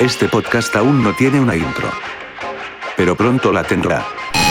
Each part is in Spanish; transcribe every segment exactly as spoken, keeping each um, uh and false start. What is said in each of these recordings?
Este podcast aún no tiene una intro, pero pronto la tendrá.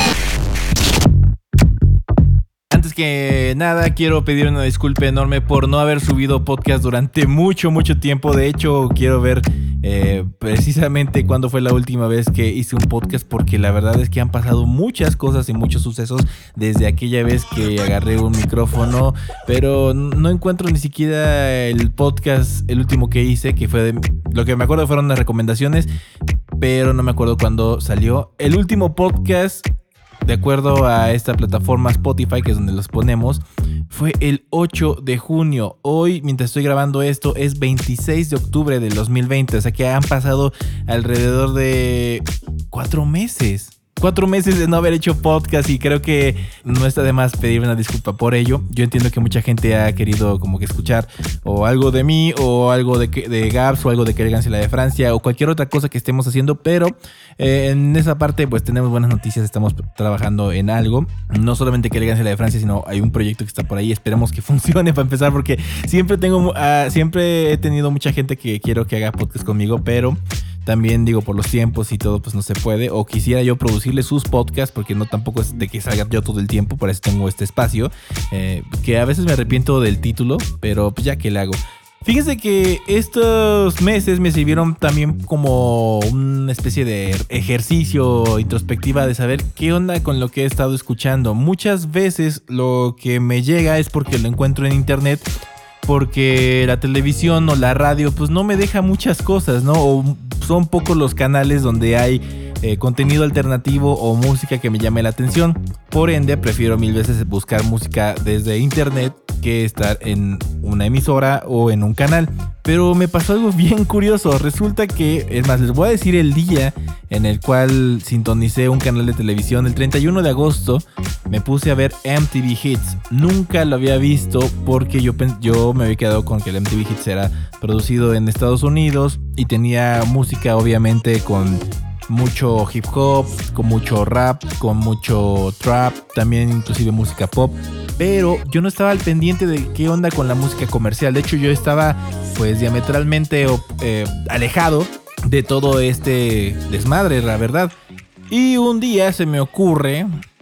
Antes que nada, quiero pedir una disculpa enorme por no haber subido podcast durante mucho, mucho tiempo. De hecho, quiero ver eh, precisamente cuándo fue la última vez que hice un podcast, porque la verdad es que han pasado muchas cosas y muchos sucesos desde aquella vez que agarré un micrófono, pero no encuentro ni siquiera el podcast, el último que hice, que fue de, lo que me acuerdo fueron las recomendaciones, pero no me acuerdo cuándo salió. El último podcast, de acuerdo a esta plataforma Spotify, que es donde los ponemos, fue el ocho de junio. Hoy, mientras estoy grabando esto, es veintiséis de octubre del dos mil veinte. O sea que han pasado alrededor de cuatro meses. Cuatro meses de no haber hecho podcast, y creo que no está de más pedir una disculpa por ello. Yo entiendo que mucha gente ha querido como que escuchar o algo de mí, o algo de, de Gabs, o algo de Quergancia la de Francia, o cualquier otra cosa que estemos haciendo, pero eh, en esa parte pues tenemos buenas noticias. Estamos trabajando en algo, no solamente Quergancia la de Francia, sino hay un proyecto que está por ahí. Esperemos que funcione para empezar, porque siempre tengo uh, siempre he tenido mucha gente que quiero que haga podcast conmigo, pero también digo, por los tiempos y todo, pues no se puede. O quisiera yo producirle sus podcasts, porque no tampoco es de que salga yo todo el tiempo. Por eso tengo este espacio, eh, que a veces me arrepiento del título, pero pues ya que le hago. Fíjense que estos meses me sirvieron también como una especie de ejercicio introspectiva de saber qué onda con lo que he estado escuchando. Muchas veces lo que me llega es porque lo encuentro en internet, porque la televisión o la radio pues no me deja muchas cosas, ¿no? O son pocos los canales donde hay eh, contenido alternativo o música que me llame la atención. Por ende, prefiero mil veces buscar música desde internet que estar en una emisora o en un canal. Pero me pasó algo bien curioso. Resulta que, es más, les voy a decir el día en el cual sintonicé un canal de televisión. El treinta y uno de agosto me puse a ver M T V Hits. Nunca lo había visto porque yo, yo me había quedado con que el M T V Hits era producido en Estados Unidos y tenía música obviamente con mucho hip hop, con mucho rap, con mucho trap, también inclusive música pop. Pero yo no estaba al pendiente de qué onda con la música comercial. De hecho, yo estaba pues diametralmente eh, alejado de todo este desmadre, la verdad. Y un día se me ocurre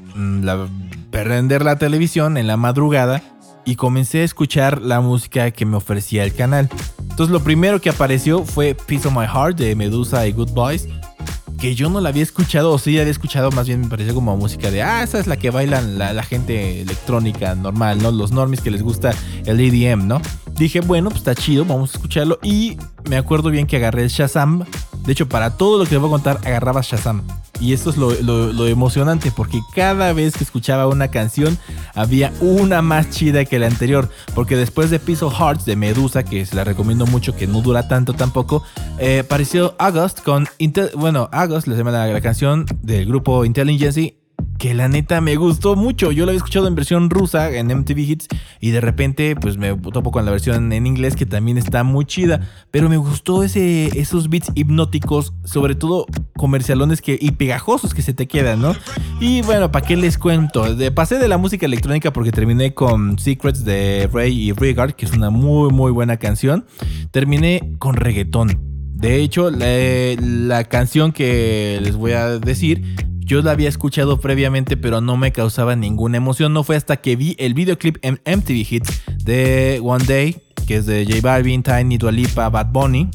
la, prender la televisión en la madrugada y comencé a escuchar la música que me ofrecía el canal. Entonces lo primero que apareció fue Piece of My Heart de Medusa y Good Boys, que yo no la había escuchado, o sí la había escuchado, más bien me pareció como música de, ah, esa es la que bailan la, la gente electrónica normal, ¿no? Los normies que les gusta el E D M, ¿no? Dije, bueno, pues está chido, vamos a escucharlo. Y me acuerdo bien que agarré el Shazam. De hecho, para todo lo que les voy a contar, agarraba Shazam. Y esto es lo, lo, lo emocionante, porque cada vez que escuchaba una canción había una más chida que la anterior. Porque después de Piece of Hearts de Medusa, que se la recomiendo mucho, que no dura tanto tampoco, eh, apareció August con Intel, bueno, August, le llama la, la canción del grupo Intelligency, que la neta me gustó mucho. Yo la había escuchado en versión rusa en M T V Hits y de repente pues me topo con la versión en inglés, que también está muy chida. Pero me gustó ese, esos beats hipnóticos, sobre todo comercialones que, y pegajosos que se te quedan, ¿no? Y bueno, ¿para qué les cuento? De, pasé de la música electrónica porque terminé con Secrets de Ray y Regard, que es una muy muy buena canción. Terminé con reggaetón. De hecho, la, la canción que les voy a decir, yo la había escuchado previamente, pero no me causaba ninguna emoción. No fue hasta que vi el videoclip en M T V Hits de One Day, que es de J Balvin, Tiny, Dua Lipa, Bad Bunny.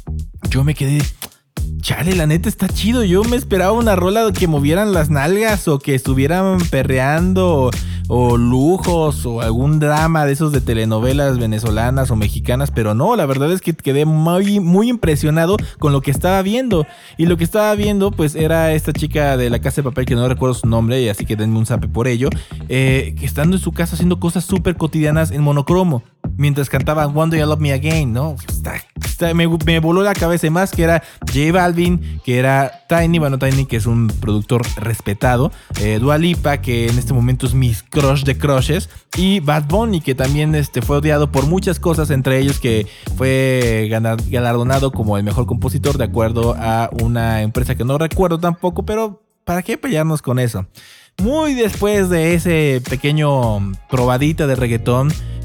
Yo me quedé, chale, la neta está chido. Yo me esperaba una rola que movieran las nalgas o que estuvieran perreando, o, o lujos, o algún drama de esos de telenovelas venezolanas o mexicanas, pero no, la verdad es que quedé muy, muy impresionado con lo que estaba viendo. Y lo que estaba viendo pues era esta chica de La Casa de Papel, que no recuerdo su nombre, y así que denme un zape por ello, eh, estando en su casa haciendo cosas súper cotidianas en monocromo, mientras cantaba One Day You Love Me Again, ¿no? Está, está, me, me voló la cabeza. Y más que era J Balvin, que era Tiny, bueno, Tiny, que es un productor respetado, eh, Dua Lipa, que en este momento es mi crush de crushes, y Bad Bunny, que también este, fue odiado por muchas cosas, entre ellos que fue galardonado como el mejor compositor de acuerdo a una empresa que no recuerdo tampoco, pero ¿para qué pelearnos con eso? Muy después de ese pequeño probadita de reggaetón,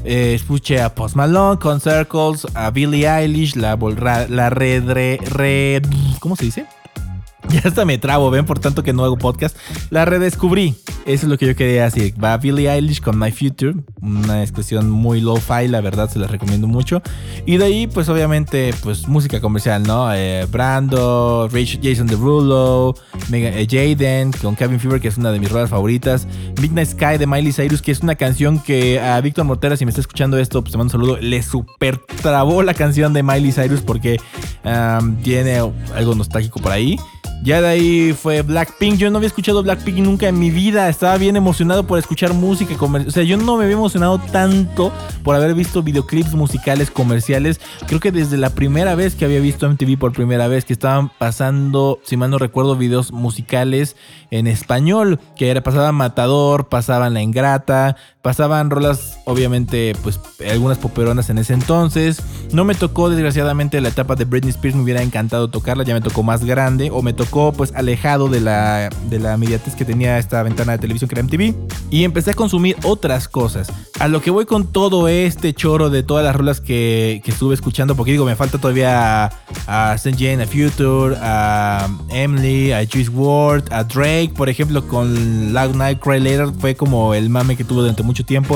Eh, escuché a Post Malone con Circles, a Billie Eilish, la, la, la red, red, red, ¿cómo se dice? Ya hasta me trabo, ven, por tanto que no hago podcast. La redescubrí. Eso es lo que yo quería decir. Va Billie Eilish con My Future. Una expresión muy lo-fi, la verdad, se las recomiendo mucho. Y de ahí, pues obviamente, pues música comercial, ¿no? Eh, Brando, Rich, Jason Derulo, Mega, eh, Jaden con Cabin Fever, que es una de mis rolas favoritas. Midnight Sky de Miley Cyrus, que es una canción que a Víctor Mortera, si me está escuchando esto, pues te mando un saludo. Le super trabó la canción de Miley Cyrus porque um, tiene algo nostálgico por ahí. Ya de ahí fue Blackpink. Yo no había escuchado Blackpink nunca en mi vida. Estaba bien emocionado por escuchar música comercial. O sea, yo no me había emocionado tanto por haber visto videoclips musicales comerciales. Creo que desde la primera vez que había visto M T V por primera vez, que estaban pasando, si mal no recuerdo, videos musicales en español. Que era, pasaban Matador, pasaban La Ingrata, pasaban rolas, obviamente, pues algunas poperonas en ese entonces. No me tocó, desgraciadamente, la etapa de Britney Spears. Me hubiera encantado tocarla. Ya me tocó más grande. O me tocó pues alejado de la, de la inmediatez que tenía esta ventana de televisión que era M T V, y empecé a consumir otras cosas. A lo que voy con todo este choro de todas las rolas que, que estuve escuchando, porque digo, me falta todavía a, a Saint Jane, a Future, a Emily, a Juice world, a Drake, por ejemplo, con Loud Night Cry Later, fue como el mame que tuvo durante mucho tiempo.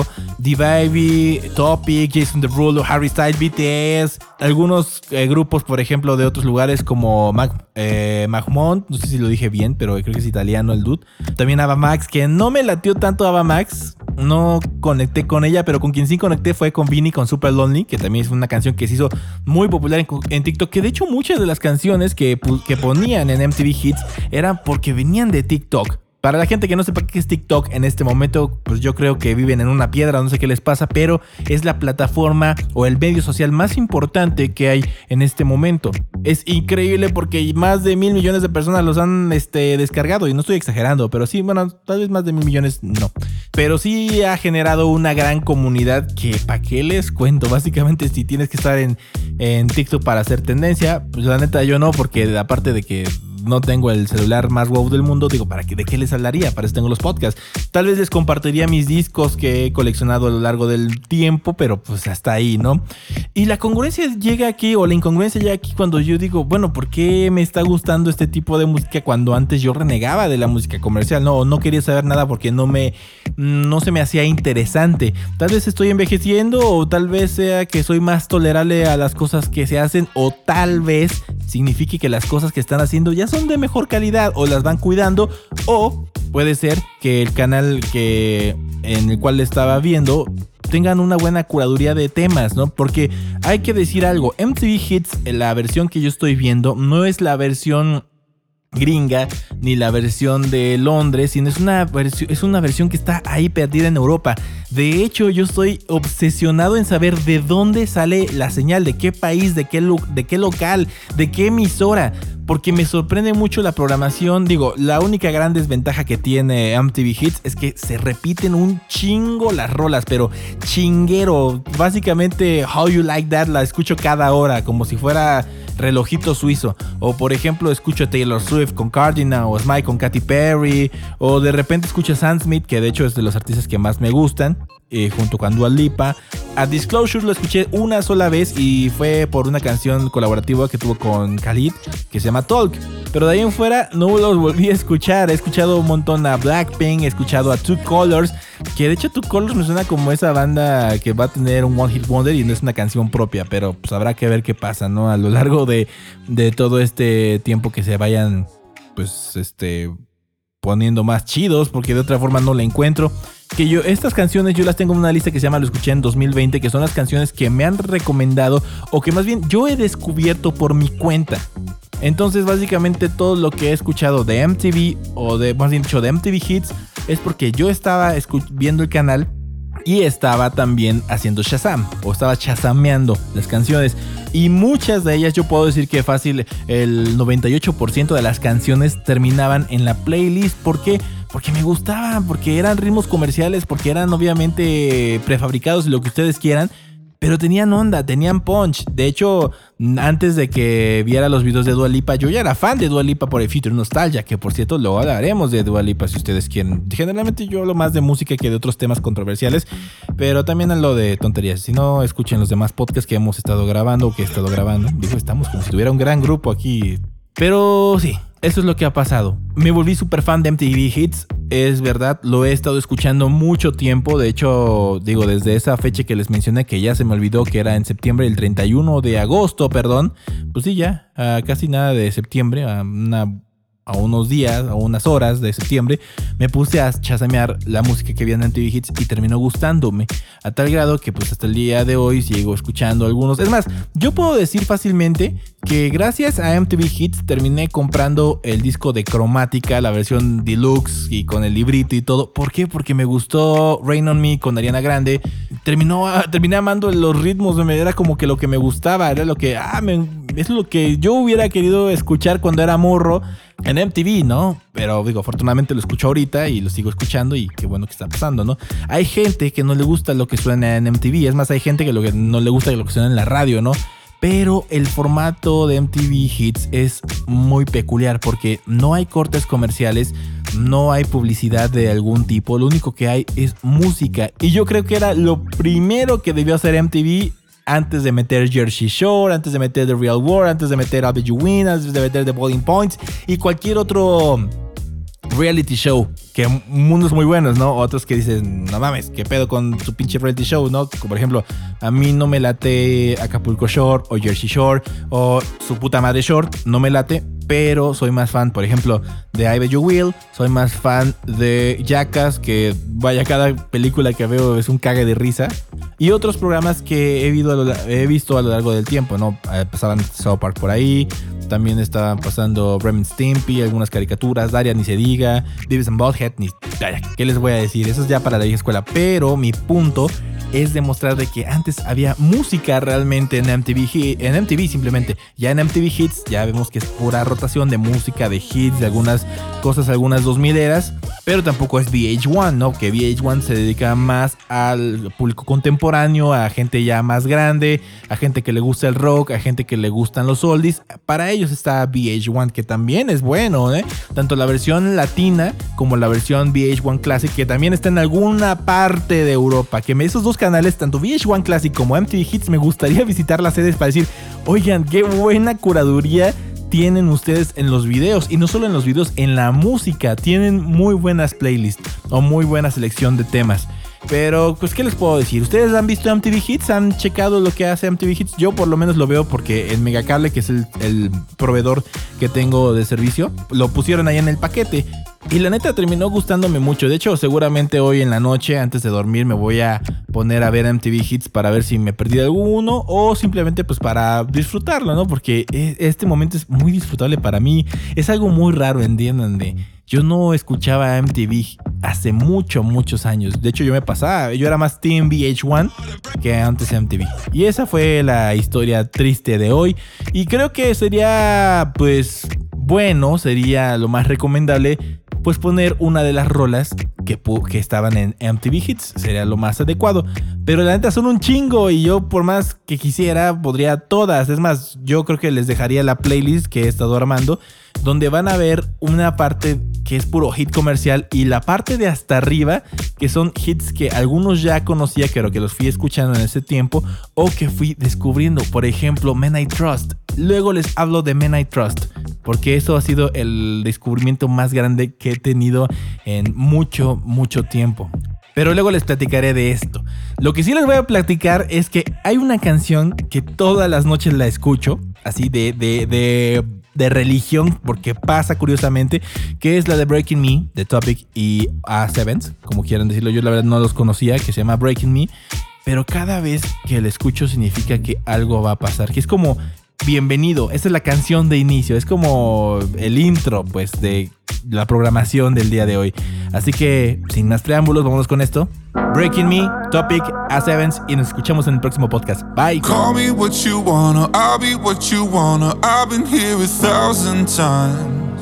D-Baby, Topic, Jason Derulo, Harry Styles, B T S, algunos eh, grupos, por ejemplo, de otros lugares como Mac, eh, Mahmoud, no sé si lo dije bien, pero creo que es italiano el dude. También Ava Max, que no me latió tanto Ava Max, no conecté con ella, pero con quien sí conecté fue con Vini, con Super Lonely, que también es una canción que se hizo muy popular en, en TikTok, que de hecho muchas de las canciones que, que ponían en M T V Hits eran porque venían de TikTok. Para la gente que no sepa qué es TikTok en este momento, pues yo creo que viven en una piedra, no sé qué les pasa, pero es la plataforma o el medio social más importante que hay en este momento. Es increíble porque más de mil millones de personas los han este, descargado, y no estoy exagerando, pero sí, bueno, tal vez más de mil millones no. Pero sí ha generado una gran comunidad que, ¿para qué les cuento? Básicamente, si tienes que estar en, en TikTok para hacer tendencia, pues la neta yo no, porque aparte de que no tengo el celular más wow del mundo, digo, ¿para qué, ¿de qué les hablaría? Para eso tengo los podcasts. Tal vez les compartiría mis discos que he coleccionado a lo largo del tiempo, pero pues hasta ahí, ¿no? Y la congruencia llega aquí, o la incongruencia llega aquí cuando yo digo, bueno, ¿por qué me está gustando este tipo de música cuando antes yo renegaba de la música comercial? No, no quería saber nada porque no me, no se me hacía interesante. Tal vez estoy envejeciendo, o tal vez sea que soy más tolerable a las cosas que se hacen, o tal vez signifique que las cosas que están haciendo ya son de mejor calidad, o las van cuidando, o puede ser que el canal que en el cual estaba viendo tengan una buena curaduría de temas, ¿no? Porque hay que decir algo, M T V Hits, la versión que yo estoy viendo, no es la versión gringa ni la versión de Londres, sino es una versión, es una versión que está ahí perdida en Europa. De hecho, yo estoy obsesionado en saber de dónde sale la señal, de qué país, de qué, lo, de qué local, de qué emisora, porque me sorprende mucho la programación. Digo, la única gran desventaja que tiene M T V Hits es que se repiten un chingo las rolas, pero chinguero. Básicamente, How You Like That la escucho cada hora, como si fuera relojito suizo. O por ejemplo, escucho a Taylor Swift con Cardinal, o Smile con Katy Perry, o de repente escucho a Sam Smith, que de hecho es de los artistas que más me gustan, eh, junto con Dua Lipa. A Disclosure lo escuché una sola vez y fue por una canción colaborativa que tuvo con Khalid que se llama Talk, pero de ahí en fuera no los volví a escuchar. He escuchado un montón a Blackpink, he escuchado a Two Colors, que de hecho Two Colors me suena como esa banda que va a tener un One Hit Wonder y no es una canción propia, pero pues habrá que ver qué pasa, ¿no? A lo largo de, de todo este tiempo que se vayan pues este poniendo más chidos, porque de otra forma no la encuentro. Que yo, estas canciones yo las tengo en una lista que se llama Lo escuché en dos mil veinte, que son las canciones que me han recomendado, o que más bien yo he descubierto por mi cuenta. Entonces básicamente todo lo que he escuchado de M T V, o de más bien dicho de M T V Hits, es porque yo estaba escu- viendo el canal y estaba también haciendo Shazam, o estaba shazameando las canciones, y muchas de ellas yo puedo decir que fácil el noventa y ocho por ciento de las canciones terminaban en la playlist. ¿Por qué? Porque me gustaban, porque eran ritmos comerciales, porque eran obviamente prefabricados y lo que ustedes quieran, pero tenían onda, tenían punch. De hecho, antes de que viera los videos de Dua Lipa, yo ya era fan de Dua Lipa por el feature Nostalgia, que por cierto luego hablaremos de Dua Lipa si ustedes quieren. Generalmente yo hablo más de música que de otros temas controversiales, pero también hablo de tonterías. Si no, escuchen los demás podcasts que hemos estado grabando o que he estado grabando. Digo, estamos como si tuviera un gran grupo aquí. Pero sí, eso es lo que ha pasado. Me volví súper fan de M T V Hits. Es verdad, lo he estado escuchando mucho tiempo. De hecho, digo, desde esa fecha que les mencioné, que ya se me olvidó que era en septiembre, el treinta y uno de agosto, perdón. Pues sí, ya, a casi nada de septiembre, a una... a unos días, a unas horas de septiembre, me puse a chasamear la música que había en M T V Hits y terminó gustándome, a tal grado que pues hasta el día de hoy sigo escuchando algunos. Es más, yo puedo decir fácilmente que gracias a M T V Hits terminé comprando el disco de Cromática, la versión deluxe y con el librito y todo. ¿Por qué? Porque me gustó Rain on Me con Ariana Grande. Terminó, terminé amando los ritmos, era como que lo que me gustaba, era lo que, ah, me, es lo que yo hubiera querido escuchar cuando era morro en M T V, ¿no? Pero digo, afortunadamente lo escucho ahorita y lo sigo escuchando y qué bueno que está pasando, ¿no? Hay gente que no le gusta lo que suena en M T V, es más, hay gente que, lo que no le gusta lo que suena en la radio, ¿no? Pero el formato de M T V Hits es muy peculiar porque no hay cortes comerciales, no hay publicidad de algún tipo, lo único que hay es música. Y yo creo que era lo primero que debió hacer M T V antes de meter Jersey Shore, antes de meter The Real World, antes de meter I'll Bet You Win, antes de meter The Boiling Points y cualquier otro reality show, que mundos muy buenos, ¿no? Otros que dicen, no mames, ¿qué pedo con tu pinche reality show, no? Como por ejemplo, a mí no me late Acapulco Shore o Jersey Shore o su puta madre Shore, no me late, pero soy más fan, por ejemplo, de I Bet You Will, soy más fan de Jackass, que vaya, cada película que veo es un cague de risa, y otros programas que he visto a lo, he visto a lo largo del tiempo, ¿no? Pasaban South Park por ahí, también estaban pasando Ren and Stimpy, algunas caricaturas, Daria ni se diga, Beavis and Butthead, ni ¿qué les voy a decir? Eso es ya para la vieja escuela, pero mi punto es demostrar de que antes había música realmente en M T V, en M T V simplemente. Ya en M T V Hits ya vemos que es pura rotación de música, de hits, de algunas cosas, algunas dos mileras, pero tampoco es V H uno, ¿no? Que V H uno se dedica más al público contemporáneo, a gente ya más grande, a gente que le gusta el rock, a gente que le gustan los oldies. Para ellos está V H uno, que también es bueno, ¿eh? Tanto la versión latina como la versión V H uno Classic, que también está en alguna parte de Europa. Que esos dos canales, tanto V H uno Classic como M T V Hits, me gustaría visitar las sedes para decir, oigan, qué buena curaduría tienen ustedes en los videos, y no solo en los videos, en la música. Tienen muy buenas playlists o muy buena selección de temas. Pero pues, ¿qué les puedo decir? ¿Ustedes han visto M T V Hits? ¿Han checado lo que hace M T V Hits? Yo por lo menos lo veo porque el Megacable, que es el, el proveedor que tengo de servicio, lo pusieron ahí en el paquete. Y la neta terminó gustándome mucho. De hecho, seguramente hoy en la noche, antes de dormir, me voy a poner a ver M T V Hits para ver si me perdí alguno, o simplemente pues para disfrutarlo, ¿no? Porque este momento es muy disfrutable para mí. Es algo muy raro, entiéndanme. Yo no escuchaba M T V hace mucho, muchos años. De hecho, yo me pasaba, yo era más Team V H uno que antes M T V. Y esa fue la historia triste de hoy. Y creo que sería, pues, bueno, sería lo más recomendable, pues poner una de las rolas que, que estaban en M T V Hits. Sería lo más adecuado. Pero la neta son un chingo y yo, por más que quisiera, podría todas. Es más, yo creo que les dejaría la playlist que he estado armando, donde van a ver una parte que es puro hit comercial y la parte de hasta arriba que son hits que algunos ya conocía, pero que los fui escuchando en ese tiempo o que fui descubriendo. Por ejemplo, Men I Trust. Luego les hablo de Men I Trust, porque eso ha sido el descubrimiento más grande que he tenido en mucho, mucho tiempo. Pero luego les platicaré de esto. Lo que sí les voy a platicar es que hay una canción que todas las noches la escucho, así de, de, de, de religión, porque pasa curiosamente, que es la de Breaking Me, de Topic y A siete, como quieran decirlo. Yo la verdad no los conocía, que se llama Breaking Me, pero cada vez que la escucho significa que algo va a pasar, que es como bienvenido. Esa es la canción de inicio, es como el intro, pues, de la programación del día de hoy. Así que, sin más preámbulos, vámonos con esto. Breaking Me, Topic, A siete, y nos escuchamos en el próximo podcast. Bye. Call me what you wanna, I'll be what you wanna. I've been here a thousand times.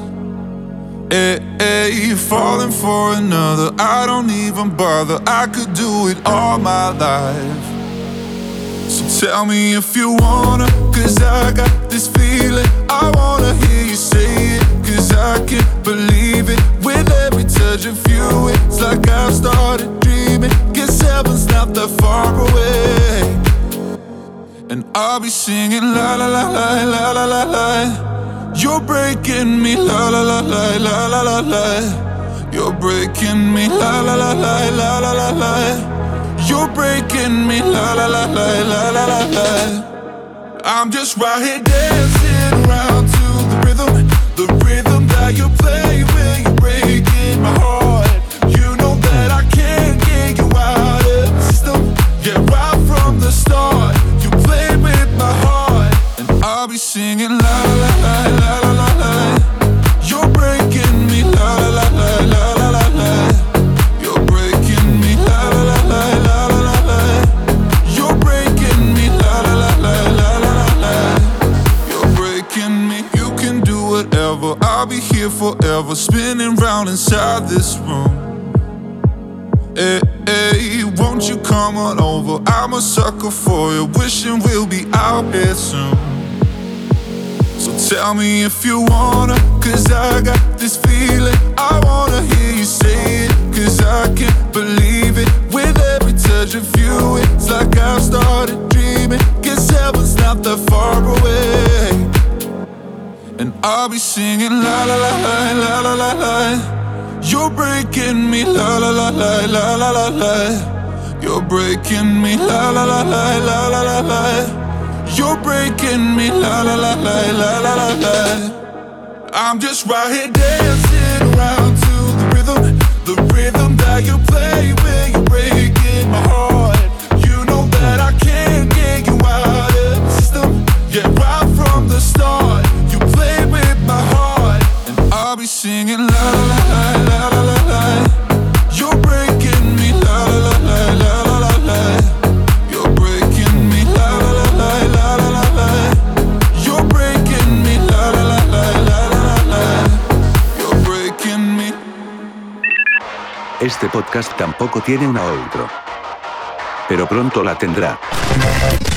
Hey, hey, falling for another, I don't even bother. I could do it all my life. So Tell me if you wanna, cause I got this feeling. I wanna hear you say it, cause I can't believe it. With every touch of you, it's like I've started dreaming. Guess heaven's not that far away. And I'll be singing la la la la la la la la. You're breaking me la la la la la la la la. You're breaking me la la la la la la la la. You're breaking me, la la la la la la la la. I'm just right here dancing around to the rhythm, the rhythm that you play when you're breaking my heart. You know that I can't get you out of the system. Yeah, right from the start, you played with my heart, and I'll be singing la la la la la la la. You're breaking me, la la la la la la la la. You're breaking me, la la la la la. I'll be here forever, spinning round inside this room. Hey, hey, won't you come on over? I'm a sucker for you, wishing we'll be out here soon. So tell me if you wanna, cause I got this feeling. I wanna hear you say it, cause I can't believe it. With every touch of you, it's like I've started dreaming. Guess heaven's not that far away. And I'll be singing la la la la la la la la. You're breaking me la la la la la la la la. You're breaking me la la la la la la la la. You're breaking me la la la la la la la la. I'm just right here dancing around to the rhythm, the rhythm that you play when you're breaking my heart. You know that I can't get you out of the system. Yeah, right from the start. Play with my heart, and I'll be singing la la la la la la la. You're breaking me la la la la la la la la. You're breaking me la la la la la la la la. You're breaking me la la la la la la la la. You're breaking me. Este podcast tampoco tiene una outro, pero pronto la tendrá.